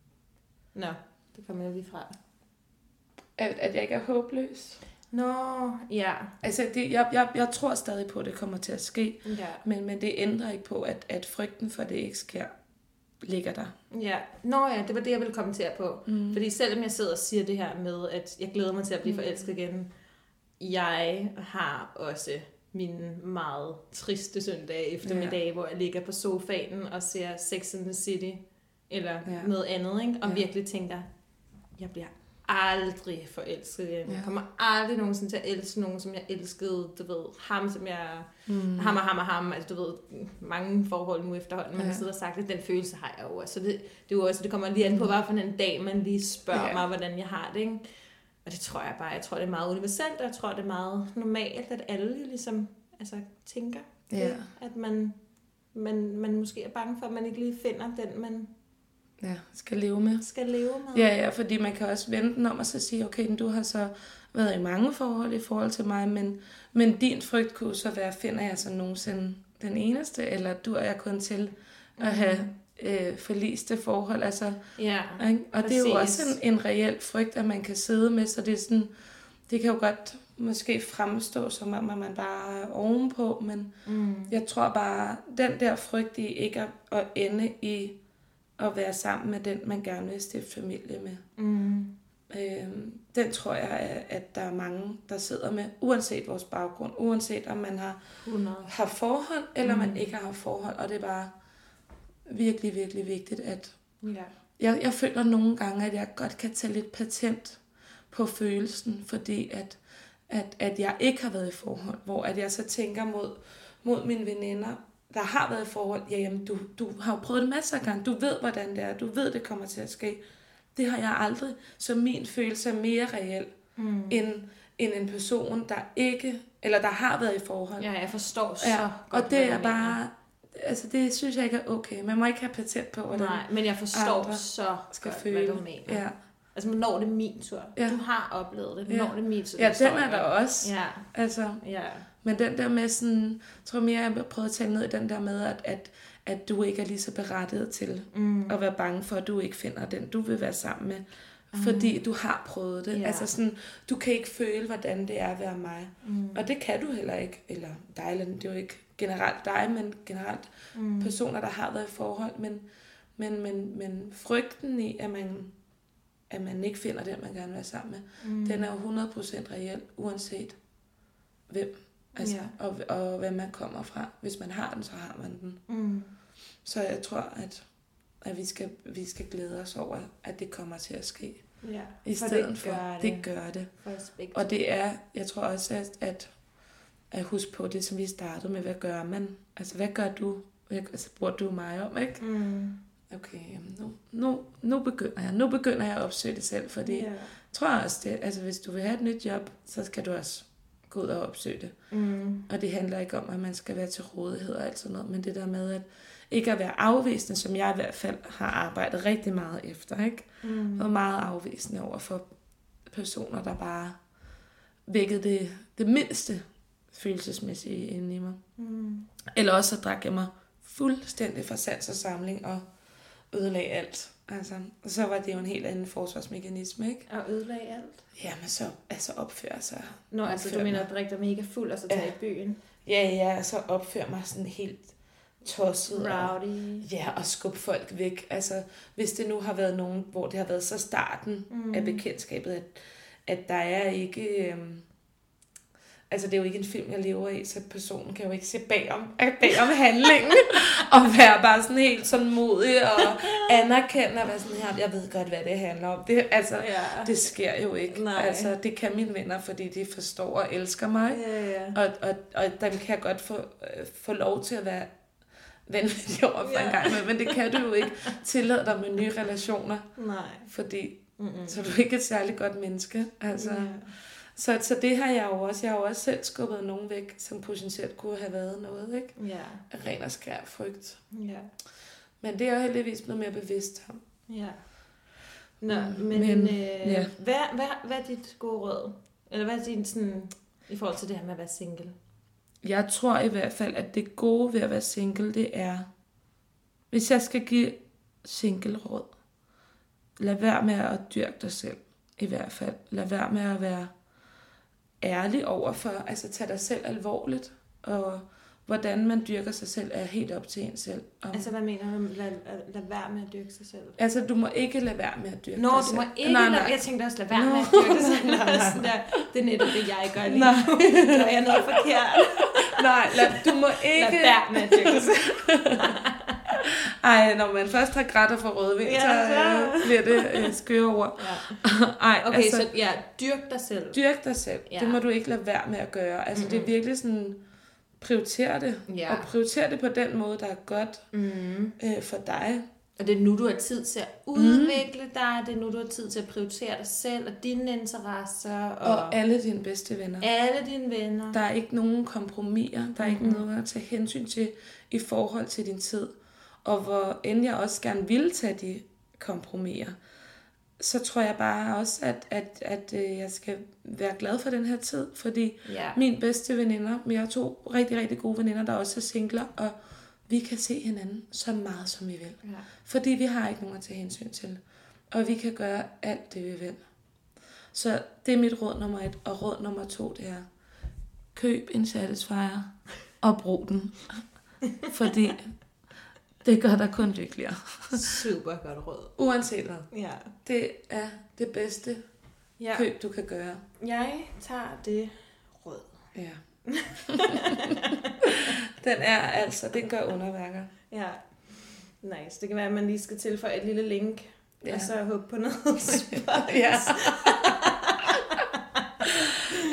Nå, det kommer jeg lige fra. At, at jeg ikke er håbløs. Nå, ja. Altså, det, jeg, jeg, jeg tror stadig på, at det kommer til at ske. Ja. Men, men det ændrer ikke på, at, at frygten for, at det ikke sker, ligger der. Ja. Nå ja, det var det, jeg ville kommentere på. Mm. Fordi selvom jeg sidder og siger det her med, at jeg glæder mig til at blive Mm. forelsket igen, jeg har også mine meget triste søndage eftermiddage, ja. hvor jeg ligger på sofaen og ser Sex and the City, eller Ja. ja. noget andet, ikke? Og Ja. virkelig tænker, jeg bliver aldrig forelsket igen. Ja. Ja. Jeg kommer aldrig nogensinde til at elske nogen, som jeg elskede, du ved, ham, som jeg... Mm. Ham og ham og ham, altså du ved, mange forhold nu efterhånden, man Ja. har siddet og sagt, at den følelse har jeg jo, så det, det, er jo også, det kommer lige an på, hvad for en dag man lige spørger Ja. mig, hvordan jeg har det, ikke? Og det tror jeg bare, jeg tror det er meget universelt, og jeg tror det er meget normalt, at alle ligesom, altså tænker, Ja. det, at man, man, man måske er bange for, at man ikke lige finder den, man Ja, skal leve med. skal leve med. Ja, ja, fordi man kan også vente den om og så sige, okay, men du har så været i mange forhold i forhold til mig, men, men din frygt kunne så være, finder jeg så nogensinde den eneste, eller du er jeg kun til at have øh, forliste forhold, altså, Ja, ikke? Og det er jo præcis. også en, en reel frygt, at man kan sidde med, så det er sådan, det kan jo godt måske fremstå som om, at man bare er ovenpå, men mm. jeg tror bare, den der frygt i ikke at, at ende i at være sammen med den, man gerne vil stifte familie med. Mm. Øhm, den tror jeg, at, at der er mange, der sidder med, uanset vores baggrund, uanset om man har, hundrede. har forhold, eller Mm. man ikke har forhold, og det er bare virkelig, virkelig vigtigt, at Ja. jeg, jeg føler nogle gange, at jeg godt kan tage lidt patent på følelsen, fordi at, at, at jeg ikke har været i forhold, hvor at jeg så tænker mod, mod mine veninder, der har været i forhold, ja, jamen, du, du har jo prøvet det masser af gange, du ved, hvordan det er, du ved, det kommer til at ske. Det har jeg aldrig, så min følelse er mere reel, mm. end, end en person, der ikke, eller der har været i forhold. Ja, jeg forstår så ja, godt, og det er bare, altså det synes jeg ikke er okay. Man må ikke have patent på, hvordan Nej, men jeg forstår andre så skal godt, føle. hvad du mener. Ja. Altså, når det er min tur. Ja. Du har oplevet det. Ja. Når det er min tur. Ja, det den forstår er der jeg. også. Ja. Altså, Ja. men den der med sådan, jeg tror mere, jeg har prøvet at tale ned i den der med, at, at, at du ikke er lige så berettiget til mm. at være bange for, at du ikke finder den, du vil være sammen med. Mm. Fordi du har prøvet det. Ja. Altså sådan, du kan ikke føle, hvordan det er at være mig. Mm. Og det kan du heller ikke. Eller dig, eller det er jo ikke generelt dig, men generelt mm. personer, der har været i forhold. Men, men, men, men frygten i, at man, at man ikke finder det, man gerne vil være sammen med, mm. den er jo hundrede procent reel, uanset hvem. Altså, ja. og, og hvad man kommer fra. Hvis man har den, så har man den. Mm. Så jeg tror, at, at vi, skal, vi skal glæde os over, at det kommer til at ske. Ja, I for stedet det for, gør det gør det. det. Og det er, jeg tror også, at, at, at huske på det, som vi startede med, hvad gør man? Altså, hvad gør du? Altså, bruger du mig om, ikke? Mm. Okay, jamen, nu, nu, nu begynder jeg. Nu begynder jeg at opsøge det selv, fordi yeah. jeg tror også, det, altså, hvis du vil have et nyt job, så skal du også gå ud og opsøge det. Mm. Og det handler ikke om, at man skal være til rådighed og alt sådan noget, men det der med, at ikke at være afvisende, som jeg i hvert fald har arbejdet rigtig meget efter, ikke? Mm. Og meget afvisende over for personer, der bare vækkede det, det mindste følelsesmæssige inde i mig. Mm. Eller også så drak jeg mig fuldstændig fra sans og samling og ødelagde alt. Altså, og så var det jo en helt anden forsvarsmekanisme, ikke? Og ødelagde alt? Jamen, så altså opføre sig. Nå, altså du mener, at drikke dig mega fuld, og så tage ja. i byen? Ja, ja, så opføre mig sådan helt tosset. Rowdy. Og, ja, og skubbe folk væk. Altså, hvis det nu har været nogen, hvor det har været så starten mm. af bekendtskabet, at, at der er ikke... Øhm, altså, det er jo ikke en film, jeg lever i, så personen kan jo ikke se bagom, bagom handlingen, og være bare sådan helt sådan modig, og anerkende, og være sådan her, jeg ved godt, hvad det handler om. Det, altså, ja. det sker jo ikke. Nej. Altså, det kan mine venner, fordi de forstår og elsker mig, ja, ja. Og, og, og dem kan jeg godt få, øh, få lov til at være venlig over for ja. en gang med, men det kan du jo ikke tillade dig med nye relationer. Nej. Fordi, Mm-mm. så er du ikke et særligt godt menneske. Altså... Ja. Så, så det har jeg jo også. Jeg har jo også selv skubbet nogen væk, som potentielt kunne have været noget, ikke? Ja. Af ren og skær frygt. Ja. Men det er jo heldigvis blevet mere bevidst om. Ja. Nå, men, men øh, ja. hvad, hvad, hvad er dit gode råd? Eller hvad er din sådan, i forhold til det her med at være single? Jeg tror i hvert fald, at det gode ved at være single, det er, hvis jeg skal give single-råd, lad være med at dyrke dig selv, i hvert fald. Lad være med at være ærlig over for, altså tage dig selv alvorligt, og hvordan man dyrker sig selv, er helt op til en selv. Om, altså, hvad mener du? Lad, lad være med at dyrke sig selv? Altså, du må ikke lade være med at dyrke Nå, dig du selv. må ikke nej, lade, nej. jeg tænkte også, lad være Nå. med at dyrke dig selv. Sådan der, det er netop det, jeg gør lige nu. Gør jeg noget forkert? Nej, lad, du må ikke... Lad være med at dyrke dig selv. Ej, når man først har grætter for rødvin, ja, så øh, bliver det øh, skøre ord. Ja. Ej, okay, altså, så ja, dyrk dig selv. Dyrk dig selv. Ja. Det må du ikke lade være med at gøre. Altså, mm-hmm. det er virkelig sådan, prioritere det. Ja. Og prioritere det på den måde, der er godt mm-hmm. øh, for dig. Og det er nu, du har tid til at udvikle mm. dig. Det er nu, du har tid til at prioritere dig selv og dine interesser. Og, og alle dine bedste venner. Alle dine venner. Der er ikke nogen kompromiser. Der er mm-hmm. ikke noget at tage hensyn til i forhold til din tid. Og hvor end jeg også gerne vil tage de kompromiser, så tror jeg bare også, at, at, at jeg skal være glad for den her tid, fordi ja. mine bedste veninder, vi har to rigtig, rigtig gode veninder, der også er singler, og vi kan se hinanden så meget, som vi vil. Ja. Fordi vi har ikke nogen at tage hensyn til. Og vi kan gøre alt det, vi vil. Så det er mit råd nummer et. Og råd nummer to, det er, køb en Satisfyer og brug den. Fordi det gør dig kun lykkeligere. Super godt råd. Uanset hvad. Ja. Det er det bedste ja. køb, du kan gøre. Jeg tager det råd. Ja. Den er altså, den gør underværker. Ja. Nice. Det kan være, at man lige skal tilføje et lille link, ja. og så håbe på noget. Ja.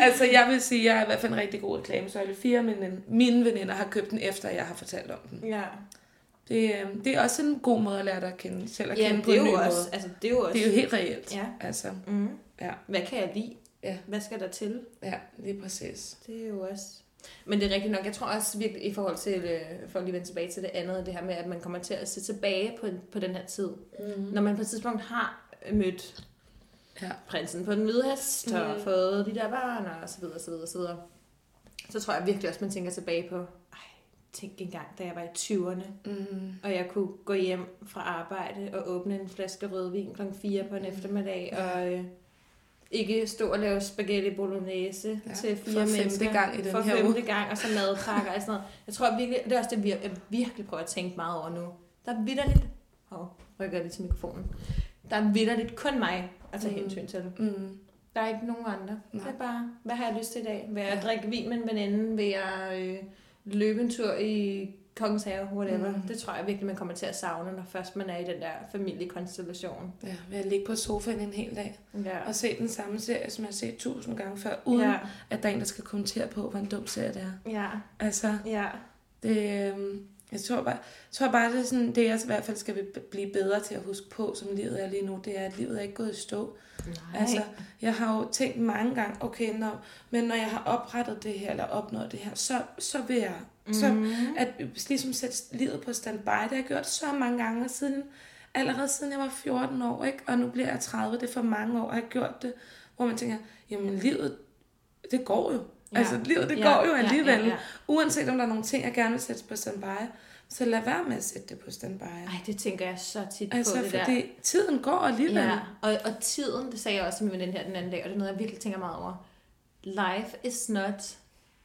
Altså, jeg vil sige, at jeg er i hvert fald en rigtig god reklamesøjle. Fire mine, mine veninder har købt den, efter jeg har fortalt om den. Ja. Det, det er også en god måde at lære dig at kende, selv at Ja, kende på det er en ny jo måde. også, altså, det er jo også... Det er jo helt reelt. Ja. Altså, Mm. ja. Hvad kan jeg lide? Ja. Hvad skal der til? Ja, lige præcis. Det er jo også... Men det er rigtigt nok. Jeg tror også virkelig, i forhold til, øh, for at lige vende tilbage til det andet, det her med, at man kommer til at se tilbage på, på den her tid. Mm. Når man på et tidspunkt har mødt Ja. prinsen på den hvide hest, mm. og fået de der børn, og så videre, så videre, så videre. Så tror jeg virkelig også, man tænker tilbage på, ej, tænk engang, da jeg var i tyverne, mm. og jeg kunne gå hjem fra arbejde og åbne en flaske rødvin klokken fire på en eftermiddag, Ja. og øh, ikke stå og lave spaghetti bolognese Ja, til fire for femte mennesker. gang i den for her femte uge. gang, og så madpakker og sådan noget. Jeg tror virkelig, det er også det, jeg virkelig prøver at tænke meget over nu. Der er vitterligt, åh, rykker jeg lidt til mikrofonen, der er vitterligt kun mig at tage mm. hensyn til. Mm. Der er ikke nogen andre. Nej. Det er bare, hvad har jeg lyst til i dag? Vil jeg Ja. drikke vin med en veninde? Vil jeg øh, løbe en tur i Kongens Have? Whatever. Mm. Det tror jeg virkelig, man kommer til at savne, når først man er i den der familiekonstellation. Ja, ved at ligge på sofaen en hel dag Ja. og se den samme serie, som jeg har set tusind gange før, uden Ja. ja. at der er en, der skal kommentere på, hvor en dum serie det er. Ja. Altså, Ja. det, øhm, jeg tror bare, jeg tror bare, det er sådan, det jeg i hvert fald skal blive bedre til at huske på, som livet er lige nu, det er, at livet er ikke gået i stå. Nej. Altså, jeg har jo tænkt mange gange, okay, når, men når jeg har oprettet det her, eller opnået det her, så, så vil jeg, mm. så at ligesom sætte livet på standby, det har jeg gjort så mange gange siden, allerede siden jeg var fjorten år, ikke? Og nu bliver jeg tredive, det er for mange år, at jeg har gjort det, hvor man tænker, jamen livet, det går jo. Ja. Altså, livet, det Ja, går jo ja, alligevel. ja, ja. Uanset om der er nogle ting, jeg gerne vil sætte på standby, så lad være med at sætte det på standby. Ej, det tænker jeg så tit Altså, på, det der. fordi tiden går alligevel. Ja, og, og tiden, det sagde jeg også til min veninde her den anden dag, og det er noget, jeg virkelig tænker meget over. Life is not...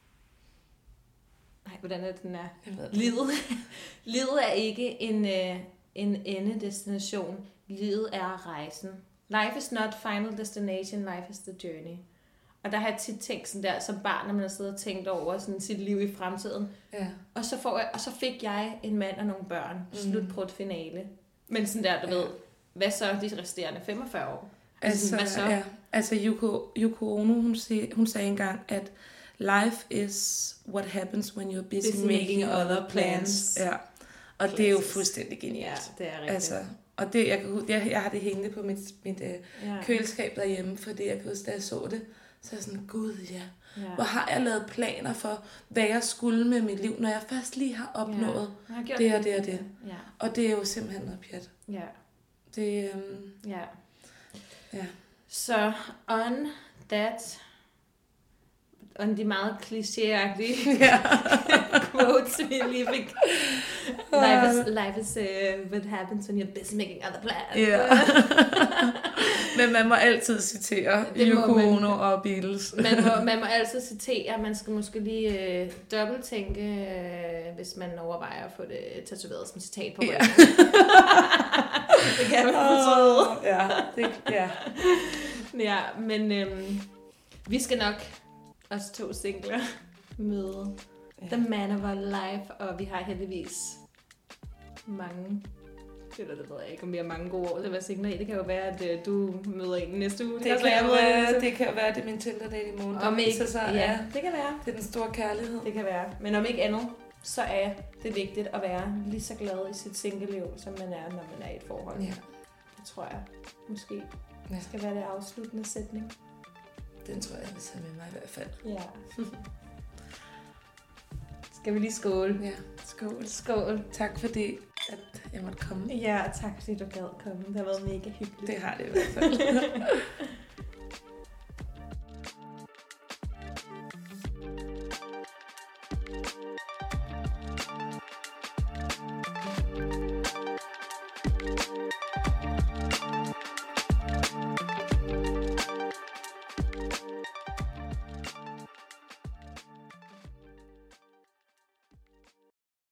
Nej, hvordan er det, den er? Jeg ved det. Livet. Livet er ikke en, øh, en endedestination. Livet er rejsen. Life is not final destination, life is the journey. Og der har jeg tit tænkt sådan der, som barn, når man har siddet og tænkt over sådan sit liv i fremtiden. Ja. Og så, får jeg, og så fik jeg en mand og nogle børn. Mm. Slutbrudt finale. Men sådan der, du ja. ved, hvad så de resterende femogfyrre år? Altså, Altså, hvad så? ja. Altså Yoko, Yoko Ono, hun, sig, hun sagde engang, at life is what happens when you're busy, Busy making, making other other plans. plans. Ja. Og det er jo fuldstændig genialt. Ja, det er rigtigt. Altså, og det, jeg, kan, hu- jeg, jeg har det hængende på mit, mit øh, Ja. køleskab derhjemme, fordi jeg kan huske, da jeg så det, så er jeg sådan, gud ja, Ja. hvor har jeg lavet planer for, hvad jeg skulle med mit liv, når jeg først lige har opnået Jeg har gjort det og det og det. Ja. Og det er jo simpelthen noget pjat. Ja. Det, øhm, Ja. ja. Så on that, on de meget klichéagtige Ja. quotes, vi lige fik. Life is, life is uh, what happens when you're busy making other plans. Ja. Men man må altid citere Det må Yoko man. Ono og Beatles. Man må, man må altid citere, man skal måske lige øh, dobbelttænke, øh, hvis man overvejer at få det tatoveret som citat på Ja. ryggen. Det kan man fortryde. Åh, ja, det, ja. Ja, men øhm, vi skal nok også to singler møde Ja. The Man of Our Life, og vi har heldigvis mange, eller det ved jeg ikke, om vi har mange gode år til at være singler i. Det kan jo være, at øh, du møder en næste uge. Det, kan også kan være, jo jeg møder en være, næste det kan jo være, det er min Tinder-date i morgen. uge. Om der ikke, viser sig, ja, ja, det kan være. det er den store kærlighed. Det kan være. Men om ikke andet, så er det vigtigt at være lige så glad i sit single-liv, som man er, når man er i et forhold. Ja. Det tror jeg måske Ja. skal være det afsluttende sætning. Den tror jeg, jeg vil tage med mig i hvert fald. Ja. Skal vi lige skåle? Ja, skål. Skål. Tak fordi, at jeg måtte komme. Ja, tak fordi du gad komme. Det har været mega hyggeligt. Det har det i hvert fald.